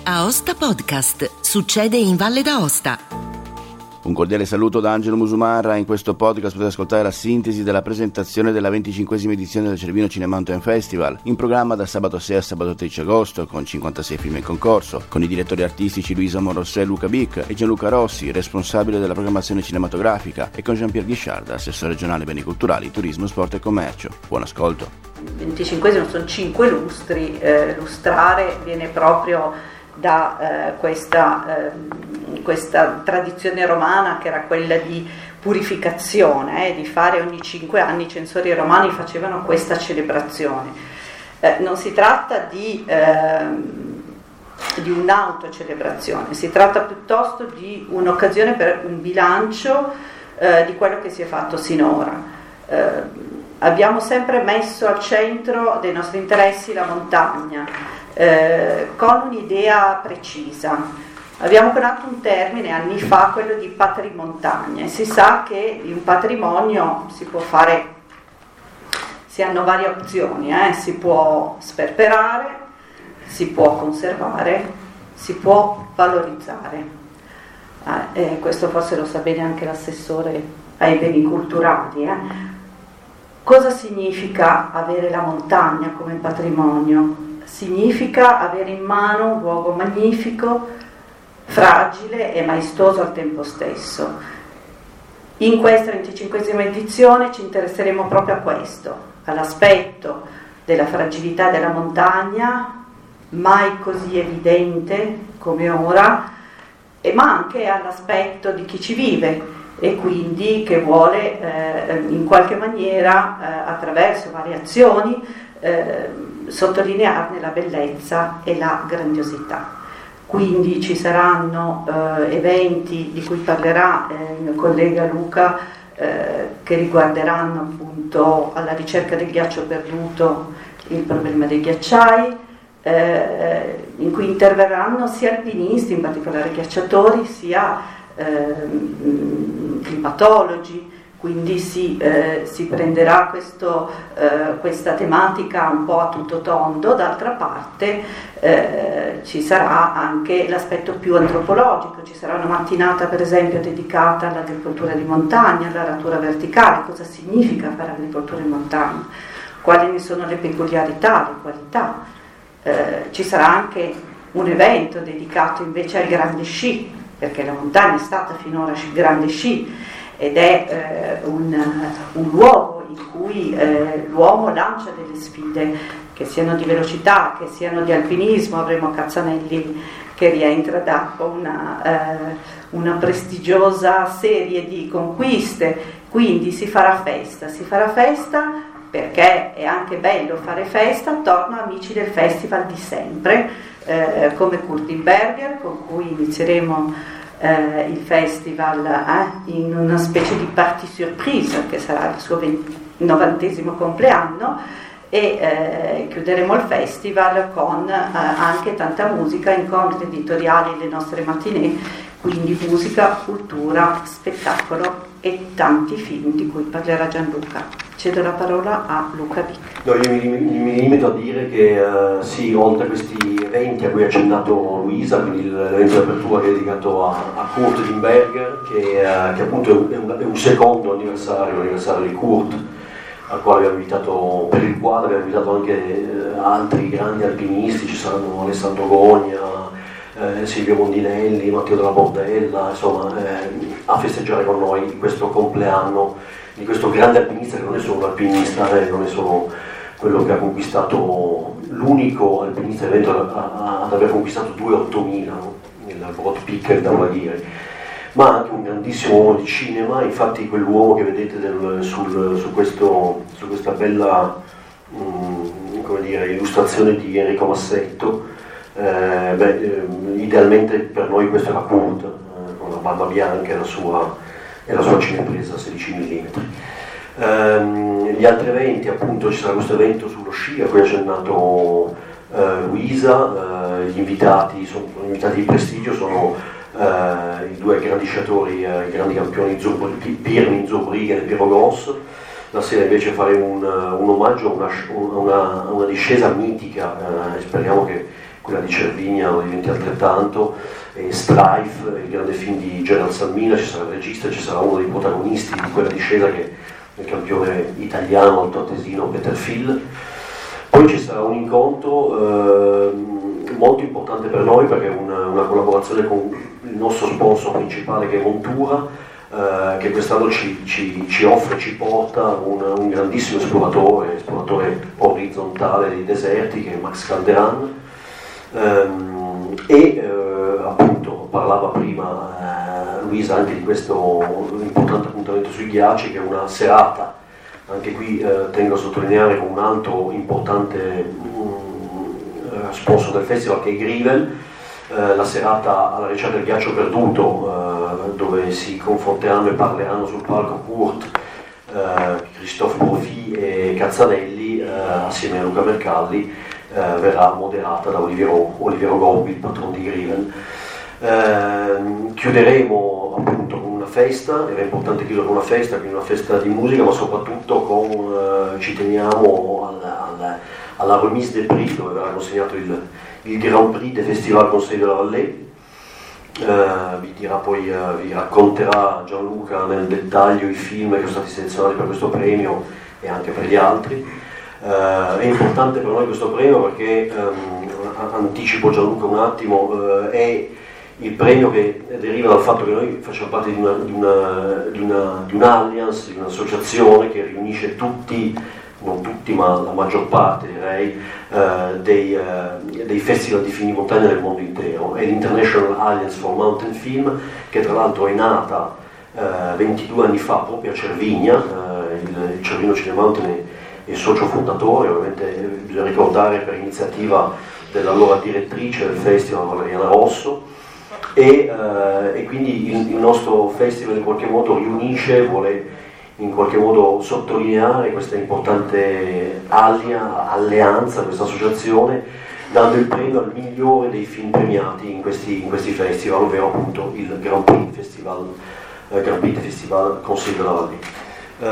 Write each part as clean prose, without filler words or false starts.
Aosta Podcast. Succede in Valle d'Aosta. Un cordiale saluto da Angelo Musumarra. In questo podcast potete ascoltare la sintesi della presentazione della 25esima edizione del Cervino Cinema Mountain Festival, in programma da sabato 6 a sabato 13 agosto, con 56 film in concorso, con i direttori artistici Luisa Monrossè e Luca Bic e Gianluca Rossi, responsabile della programmazione cinematografica, e con Jean-Pierre Guichard, assessore regionale beni culturali, turismo, sport e commercio. Buon ascolto. Il 25esimo sono 5 lustri, lustrare viene proprio da questa tradizione romana, che era quella di purificazione, di fare ogni 5 anni. I censori romani facevano questa celebrazione. Non si tratta di un'autocelebrazione, si tratta piuttosto di un'occasione per un bilancio di quello che si è fatto sinora. Abbiamo sempre messo al centro dei nostri interessi la montagna, con un'idea precisa. Abbiamo coniato un termine anni fa, quello di patrimontagna, e si sa che di un patrimonio si hanno varie opzioni, si può sperperare, si può conservare, si può valorizzare. Questo forse lo sa bene anche l'assessore ai beni culturali. Cosa significa avere la montagna come patrimonio? Significa avere in mano un luogo magnifico, fragile e maestoso al tempo stesso. In questa 25esima edizione ci interesseremo proprio a questo, all'aspetto della fragilità della montagna, mai così evidente come ora, ma anche all'aspetto di chi ci vive e quindi che vuole in qualche maniera, attraverso varie azioni, sottolinearne la bellezza e la grandiosità. Quindi ci saranno eventi di cui parlerà il mio collega Luca, che riguarderanno appunto alla ricerca del ghiaccio perduto, il problema dei ghiacciai, in cui interverranno sia alpinisti, in particolare ghiacciatori, sia climatologi. Quindi si prenderà questa tematica un po' a tutto tondo. D'altra parte ci sarà anche l'aspetto più antropologico. Ci sarà una mattinata per esempio dedicata all'agricoltura di montagna, all'aratura verticale, cosa significa fare agricoltura in montagna, quali ne sono le peculiarità, le qualità. Ci sarà anche un evento dedicato invece al grande sci, perché la montagna è stata finora grande sci, ed è un luogo in cui l'uomo lancia delle sfide, che siano di velocità, che siano di alpinismo. Avremo Cazzanelli che rientra da una prestigiosa serie di conquiste, quindi si farà festa perché è anche bello fare festa attorno a amici del festival di sempre, come Kurtenberger, con cui inizieremo il festival in una specie di party surprise, che sarà il suo 90° compleanno, e chiuderemo il festival con anche tanta musica, incontri editoriali, le nostre mattinée, quindi musica, cultura, spettacolo e tanti film di cui parlerà Gianluca. Cedo la parola a Luca Bic. No, io mi limito a dire che sì, oltre a questi eventi a cui ha accennato Luisa, quindi l'evento di apertura che è dedicato a Kurt Limberger, che appunto è un secondo anniversario di Kurt, al quale abbiamo invitato, per il quale abbiamo invitato anche altri grandi alpinisti. Ci saranno Alessandro Gogna, Silvio Mondinelli, Matteo della Bordella, insomma, a festeggiare con noi questo compleanno di questo grande alpinista, che non è solo un alpinista, non è solo quello che ha conquistato, l'unico alpinista evento ad aver conquistato 2.8000, no? Il Broad Peak da Baghire, ma anche un grandissimo uomo di cinema. Infatti quell'uomo che vedete su questa bella illustrazione di Enrico Massetto, idealmente per noi questo era Kurt, con la barba bianca e la sua cinepresa a 16 mm. Gli altri eventi, appunto, ci sarà questo evento sullo sci a cui ha accennato Luisa. Gli invitati di prestigio sono i due grandi sciatori, i grandi campioni Pirmin Zurbriggen e Piero Gross. La sera invece fare un omaggio a una discesa mitica, e speriamo che quella di Cervinia lo diventi altrettanto, e Strife, il grande film di Gerald Salmina, ci sarà il regista, ci sarà uno dei protagonisti di quella discesa che è il campione italiano altoatesino Peter Phil. Poi ci sarà un incontro molto importante per noi, perché è una collaborazione con il nostro sponsor principale, che è Montura, che quest'anno ci offre, ci porta un grandissimo esploratore orizzontale dei deserti, che è Max Calderan, appunto parlava prima Luisa anche di questo importante appuntamento sui ghiacci, che è una serata, anche qui tengo a sottolineare, con un altro importante sponsor del festival, che è Grivel, la serata alla ricerca del ghiaccio perduto, dove si confronteranno e parleranno sul palco Kurt, Christophe Profi e Cazzanelli, assieme a Luca Mercalli. Verrà moderata da Oliviero Gobbi, il patrono di Grivel. Chiuderemo appunto con una festa, era importante chiudere con una festa, quindi una festa di musica, ma soprattutto ci teniamo alla remise des prix, dove verrà consegnato il Grand Prix des Festival Conseil de la Vallée. Vi racconterà Gianluca nel dettaglio i film che sono stati selezionati per questo premio e anche per gli altri. È importante per noi questo premio perché, anticipo Gianluca un attimo, è il premio che deriva dal fatto che noi facciamo parte di un'alliance, di un'associazione che riunisce tutti, non tutti ma la maggior parte direi, dei festival di film di montagna nel mondo intero. È l'International Alliance for Mountain Film, che tra l'altro è nata 22 anni fa proprio a Cervinia. Il Cervino Cinema Mountain è socio fondatore, ovviamente bisogna ricordare, per iniziativa dell'allora direttrice del festival, Valeriana Rosso, e quindi il nostro festival in qualche modo riunisce, vuole in qualche modo sottolineare questa importante alleanza, questa associazione, dando il premio al migliore dei film premiati in questi festival, ovvero appunto il Grand Prix de Festival Conseil de la Vallée.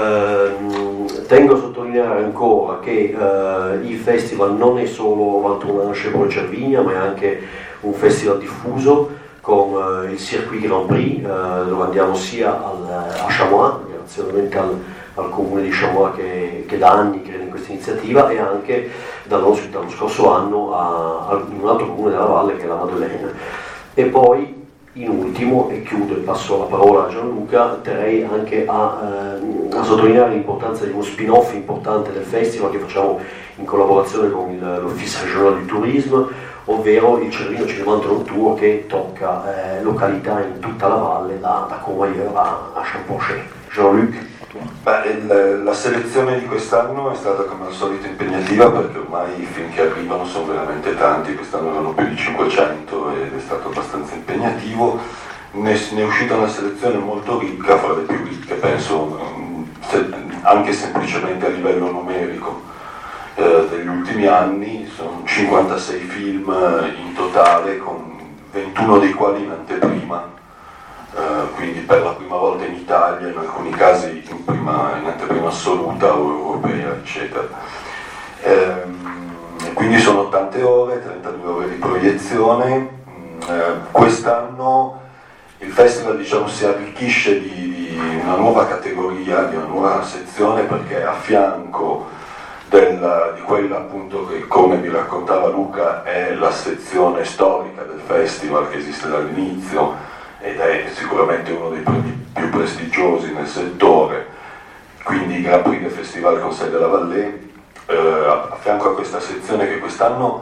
Tengo a sottolineare ancora che il festival non è solo Val Tournanche e Cervinia, ma è anche un festival diffuso con il Circuit Grand Prix, dove andiamo sia a Chamois, grazie ovviamente al comune di Chamois che da anni crede in questa iniziativa, e anche dallo scorso anno in un altro comune della valle, che è la Madeleine. E poi in ultimo, e chiudo e passo la parola a Gianluca, terrei anche a sottolineare l'importanza di uno spin-off importante del festival che facciamo in collaborazione con l'Office Régional du Tourisme, ovvero il Cervino Cinema Tour, che tocca località in tutta la valle, da Courmayeur a Champonchet. Jean-Luc? La selezione di quest'anno è stata come al solito impegnativa, perché ormai i film che arrivano sono veramente tanti, quest'anno erano più di 500 ed è stato abbastanza impegnativo. Ne è uscita una selezione molto ricca, fra le più ricche penso, anche semplicemente a livello numerico, degli ultimi anni. Sono 56 film in totale, con 21 dei quali in anteprima. Quindi per la prima volta in Italia, in alcuni casi in anteprima assoluta o europea, eccetera. Quindi sono tante ore, 32 ore di proiezione. Quest'anno il festival, diciamo, si arricchisce di una nuova categoria, di una nuova sezione, perché a fianco di quella appunto che, come vi raccontava Luca, è la sezione storica del festival, che esiste dall'inizio ed è sicuramente uno dei premi più prestigiosi nel settore, quindi il Grand Prix del Festival Conseil de la Vallée. A fianco a questa sezione, che quest'anno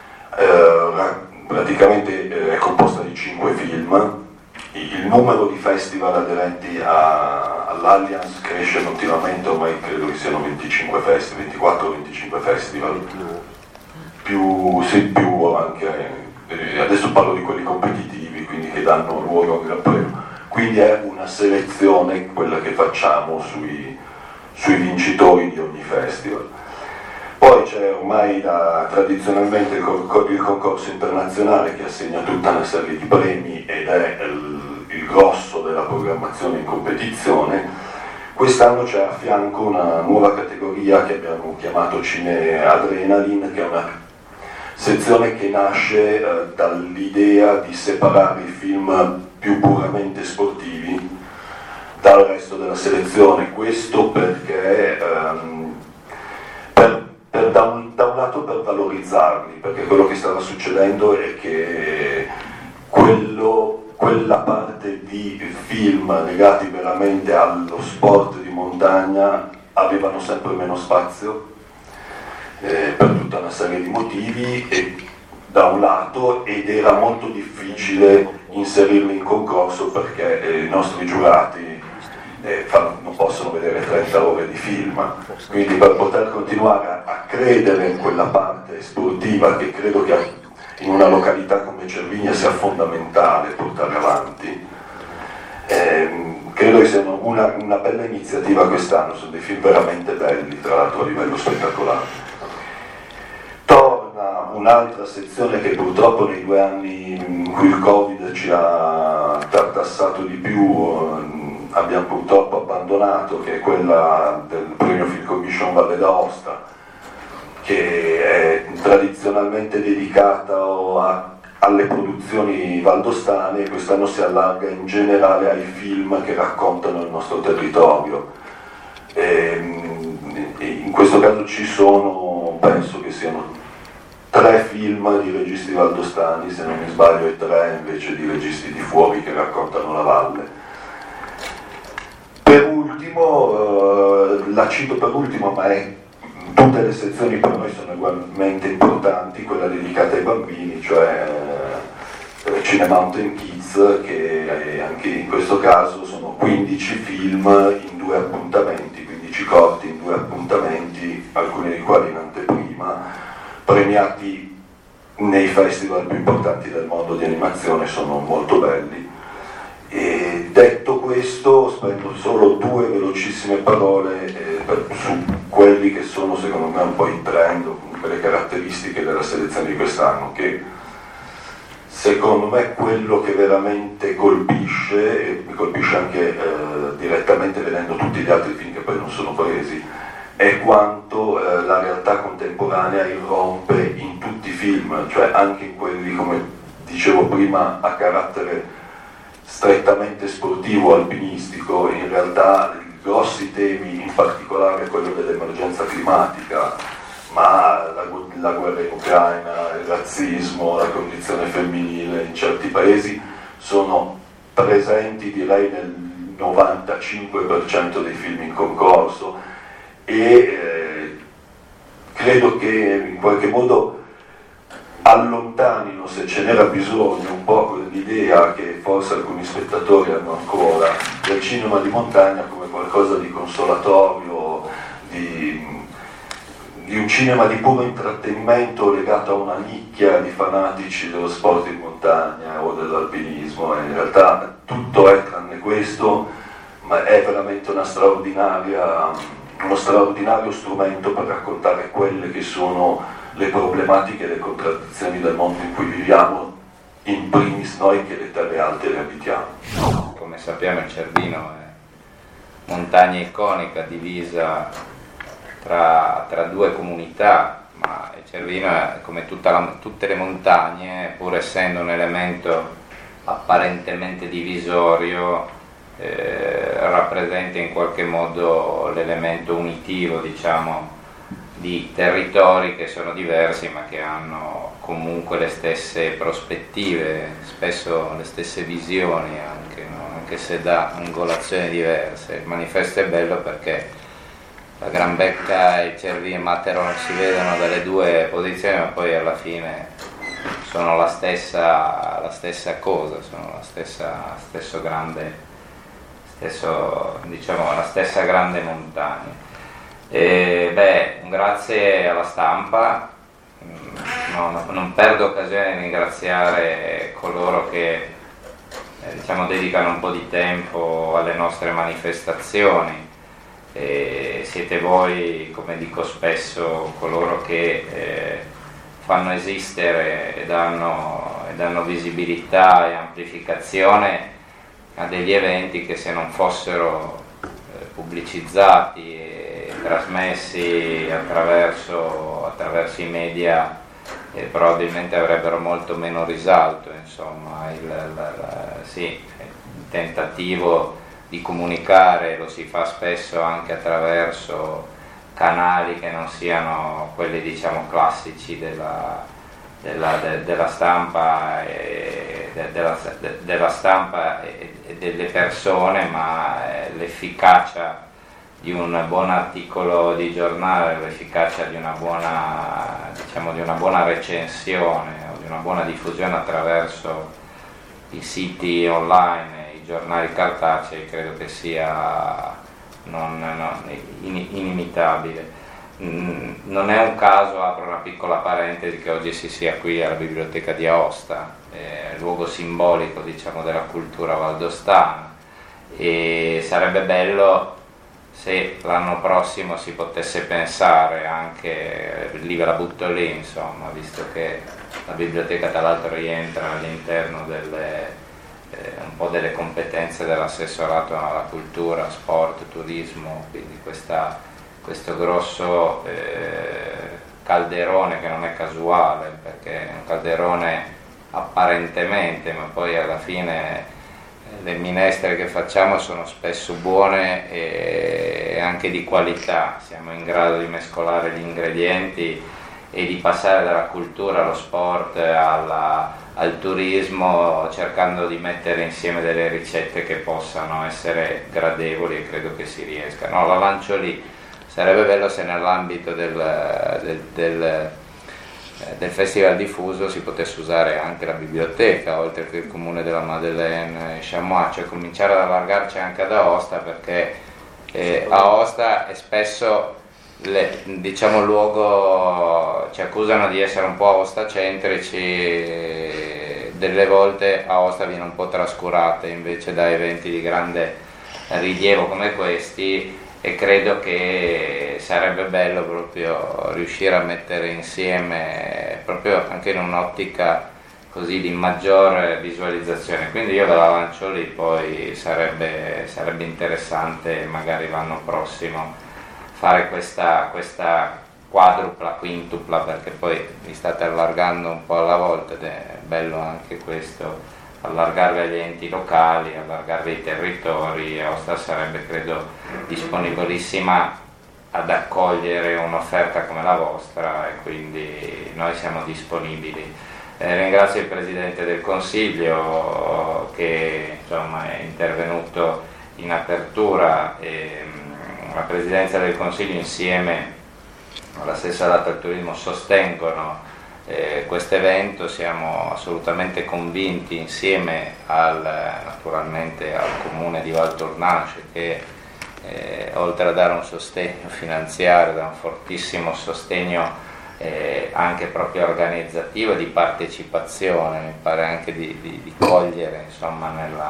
praticamente è composta di 5 film, il numero di festival aderenti all'Alliance cresce continuamente, ormai credo che siano 24 o 25 festival, più anche, adesso parlo di quelli competitivi, quindi che danno luogo al Gran Premio. Quindi è una selezione quella che facciamo sui vincitori di ogni festival. Poi c'è ormai tradizionalmente il concorso internazionale, che assegna tutta una serie di premi ed è il grosso della programmazione in competizione. Quest'anno c'è a fianco una nuova categoria che abbiamo chiamato Cine Adrenaline, che è una sezione che nasce dall'idea di separare i film più puramente sportivi dal resto della selezione. Questo perché da un lato per valorizzarli, perché quello che stava succedendo è che quella parte di film legati veramente allo sport di montagna avevano sempre meno spazio per tutta una serie di motivi, e da un lato, ed era molto difficile inserirli in concorso perché i nostri giurati non possono vedere 30 ore di film, quindi per poter continuare a credere in quella parte sportiva che credo che in una località come Cervinia sia fondamentale portare avanti, credo che sia una bella iniziativa quest'anno. Sono dei film veramente belli, tra l'altro a livello spettacolare. Torna un'altra sezione che purtroppo nei 2 anni in cui il Covid ci ha tartassato di più abbiamo purtroppo abbandonato, che è quella del Premio Film Commission Valle d'Aosta, che è tradizionalmente dedicata alle produzioni valdostane, e quest'anno si allarga in generale ai film che raccontano il nostro territorio. In questo caso ci sono, penso che siano 3 film di registi valdostani, se non mi sbaglio, e 3 invece di registi di fuori che raccontano la valle. Per ultimo, la cito per ultimo, ma tutte le sezioni per noi sono ugualmente importanti, quella dedicata ai bambini, cioè Cinemountain Kids, che anche in questo caso sono 15 film in 2 appuntamenti, 15 corti in 2 appuntamenti, alcuni dei quali in anteprima, premiati nei festival più importanti del mondo di animazione, sono molto belli. E detto questo, spendo solo 2 velocissime parole su quelli che sono secondo me un po' i trend, o comunque le caratteristiche della selezione di quest'anno, che secondo me è quello che veramente colpisce, e mi colpisce anche direttamente vedendo tutti gli altri film che poi non sono presi, è quanto la realtà contemporanea irrompe in tutti i film, cioè anche in quelli, come dicevo prima, a carattere strettamente sportivo, alpinistico. In realtà i grossi temi, in particolare quello dell'emergenza climatica, ma la guerra in Ucraina, il razzismo, la condizione femminile in certi paesi, sono presenti direi nel 95% dei film in concorso, e credo che in qualche modo allontanino, se ce n'era bisogno, un po' quell'idea che forse alcuni spettatori hanno ancora del cinema di montagna come qualcosa di consolatorio, di un cinema di puro intrattenimento legato a una nicchia di fanatici dello sport in montagna o dell'alpinismo. In realtà tutto è tranne questo, ma è veramente uno straordinario strumento per raccontare quelle che sono le problematiche e le contraddizioni del mondo in cui viviamo, in primis noi che le terre alte le abitiamo. Come sappiamo il Cervino è montagna iconica divisa tra 2 comunità, ma il Cervino è come tutte le montagne, pur essendo un elemento apparentemente divisorio, rappresenta in qualche modo l'elemento unitivo, diciamo, di territori che sono diversi ma che hanno comunque le stesse prospettive, spesso le stesse visioni anche se da angolazioni diverse. Il manifesto è bello perché la Gran Becca e il Cervino e Matterhorn si vedono dalle 2 posizioni, ma poi alla fine sono la stessa cosa, sono la stessa grande montagna. Un grazie alla stampa, non perdo occasione di ringraziare coloro che dedicano un po' di tempo alle nostre manifestazioni. Siete voi, come dico spesso, coloro che fanno esistere e danno visibilità e amplificazione a degli eventi che, se non fossero pubblicizzati e trasmessi attraverso i media probabilmente avrebbero molto meno risalto, insomma, il tentativo di comunicare lo si fa spesso anche attraverso canali che non siano quelli, diciamo, classici della stampa della stampa e delle persone, ma l'efficacia di un buon articolo di giornale, l'efficacia di una buona, diciamo, di una buona recensione o di una buona diffusione attraverso i siti online, i giornali cartacei, credo che sia inimitabile. Non è un caso, apro una piccola parentesi, che oggi si sia qui alla Biblioteca di Aosta, luogo simbolico, diciamo, della cultura valdostana, e sarebbe bello se l'anno prossimo si potesse pensare anche, lì ve la butto lì, insomma, visto che la biblioteca tra l'altro rientra all'interno un po' delle competenze dell'assessorato alla cultura, sport, turismo, quindi questo grosso calderone, che non è casuale, perché è un calderone apparentemente, ma poi alla fine le minestre che facciamo sono spesso buone e anche di qualità, siamo in grado di mescolare gli ingredienti e di passare dalla cultura allo sport al turismo, cercando di mettere insieme delle ricette che possano essere gradevoli, e credo che si riesca. No, la lancio lì. Sarebbe bello se nell'ambito del Festival diffuso si potesse usare anche la biblioteca, oltre che il comune della Madeleine e Chamois, cioè cominciare ad allargarci anche ad Aosta, perché Aosta è spesso diciamo luogo, ci accusano di essere un po' aostacentrici, delle volte Aosta viene un po' trascurata invece da eventi di grande rilievo come questi, e credo che sarebbe bello proprio riuscire a mettere insieme, proprio anche in un'ottica così di maggior visualizzazione. Quindi io ve la lancio lì, poi sarebbe interessante magari l'anno prossimo fare questa quadrupla, quintupla, perché poi vi state allargando un po' alla volta ed è bello anche questo, allargarvi agli enti locali, allargarvi ai territori. Aosta sarebbe, credo, disponibilissima ad accogliere un'offerta come la vostra, e quindi noi siamo disponibili. Ringrazio il Presidente del Consiglio che, insomma, è intervenuto in apertura, e la Presidenza del Consiglio insieme all'assessorato al turismo sostengono questo evento. Siamo assolutamente convinti, insieme naturalmente al Comune di Val Tournanche, che oltre a dare un sostegno finanziario, dà un fortissimo sostegno anche proprio organizzativo e di partecipazione. Mi pare anche di cogliere, insomma,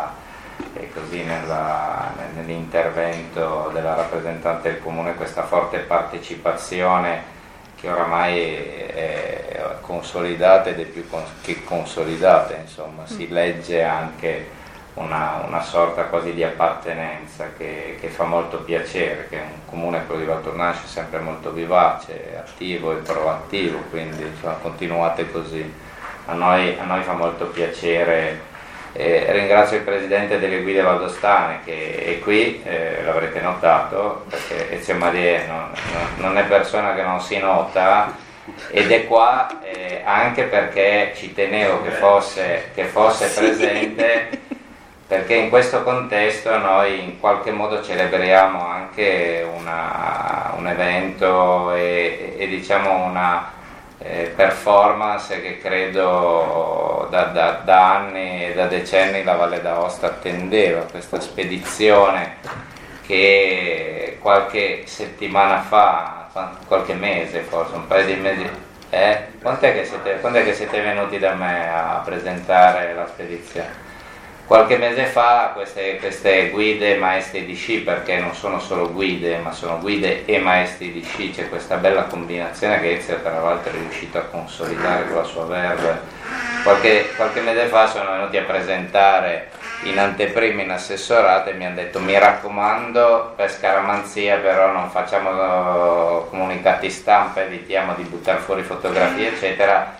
nell'intervento della rappresentante del Comune questa forte partecipazione, che oramai è consolidata ed è più che consolidata, insomma, si legge anche una sorta quasi di appartenenza che fa molto piacere, che è un comune, quello di Val Tournanche, sempre molto vivace, attivo e proattivo, quindi, insomma, continuate così. A noi fa molto piacere. Ringrazio il Presidente delle Guide Valdostane che è qui, l'avrete notato, perché Ezio Marie non è persona che non si nota, ed è qua anche perché ci tenevo che fosse presente, perché in questo contesto noi in qualche modo celebriamo anche un evento e diciamo una performance che credo da anni e da decenni la Valle d'Aosta attendeva, questa spedizione che qualche settimana fa, qualche mese forse, un paio di mesi, quando è che siete venuti da me a presentare la spedizione? Qualche mese fa queste guide maestri di sci, perché non sono solo guide, ma sono guide e maestri di sci, c'è questa bella combinazione che Ezio tra l'altro è riuscito a consolidare con la sua verve. Qualche mese fa sono venuti a presentare in anteprima in assessorato e mi hanno detto: mi raccomando, per scaramanzia però non facciamo comunicati stampa, evitiamo di buttare fuori fotografie eccetera,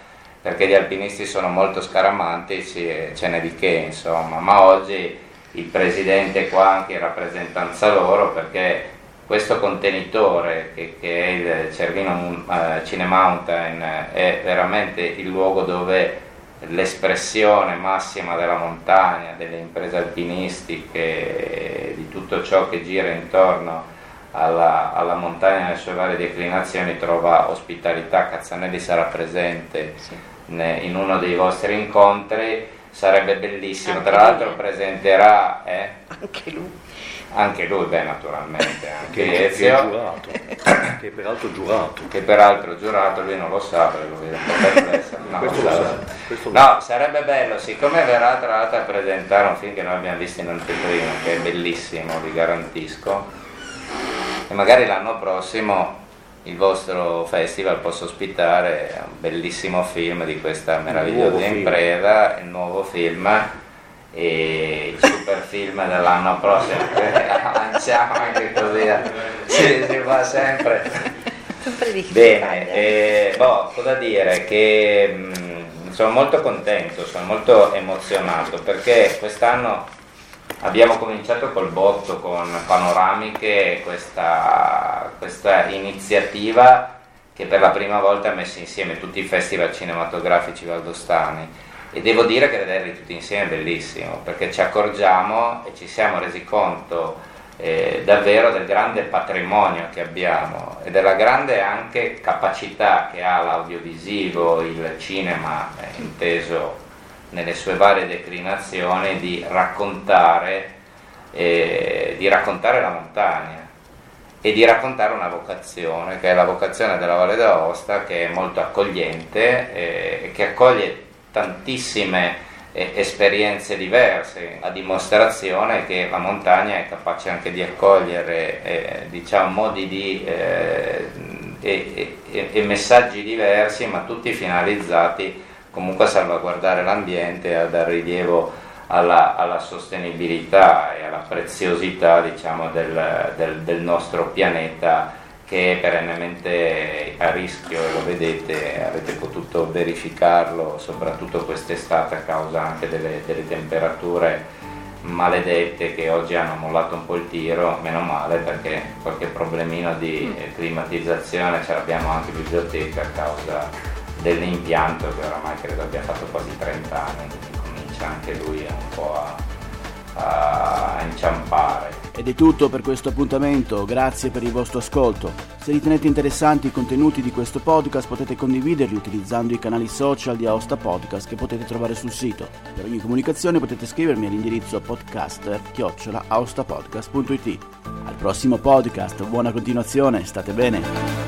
perché gli alpinisti sono molto scaramantici e ce n'è di che, insomma, ma oggi il presidente è qua anche in rappresentanza loro, perché questo contenitore che è il Cervino Cinemountain è veramente il luogo dove l'espressione massima della montagna, delle imprese alpinistiche, di tutto ciò che gira intorno alla montagna nelle sue varie declinazioni trova ospitalità. Cazzanelli sarà presente in uno dei vostri incontri, sarebbe bellissimo, anche tra l'altro presenterà anche lui, naturalmente, anche Ezio, che è peraltro giurato, lui non lo sa perché lo vede un po' perplesso. No, sarebbe bello, siccome verrà tra l'altro a presentare un film che noi abbiamo visto in anteprima, che è bellissimo, vi garantisco, e magari l'anno prossimo il vostro festival possa ospitare un bellissimo film di questa meravigliosa impresa, il nuovo film e il super film dell'anno prossimo, lanciamo anche così, si fa sempre bene. Cosa dire, che sono molto contento, sono molto emozionato, perché quest'anno abbiamo cominciato col botto con Panoramiche, questa iniziativa che per la prima volta ha messo insieme tutti i festival cinematografici valdostani, e devo dire che vederli tutti insieme è bellissimo, perché ci accorgiamo e ci siamo resi conto davvero del grande patrimonio che abbiamo e della grande anche capacità che ha l'audiovisivo, il cinema inteso nelle sue varie declinazioni, di raccontare la montagna e di raccontare una vocazione, che è la vocazione della Valle d'Aosta, che è molto accogliente e che accoglie tantissime esperienze diverse, a dimostrazione che la montagna è capace anche di accogliere modi e messaggi diversi, ma tutti finalizzati comunque a salvaguardare l'ambiente e a dar rilievo alla sostenibilità e alla preziosità del nostro pianeta, che è perennemente a rischio, e lo vedete, avete potuto verificarlo soprattutto quest'estate a causa anche delle temperature maledette che oggi hanno mollato un po' il tiro. Meno male, perché qualche problemino di climatizzazione ce l'abbiamo anche in biblioteca a causa dell'impianto che oramai credo abbia fatto quasi 30 anni, quindi comincia anche lui un po' a inciampare. Ed è tutto per questo appuntamento, grazie per il vostro ascolto. Se ritenete interessanti i contenuti di questo podcast potete condividerli utilizzando i canali social di Aosta Podcast che potete trovare sul sito. Per ogni comunicazione potete scrivermi all'indirizzo podcaster@aostapodcast.it. Al prossimo podcast, buona continuazione, state bene!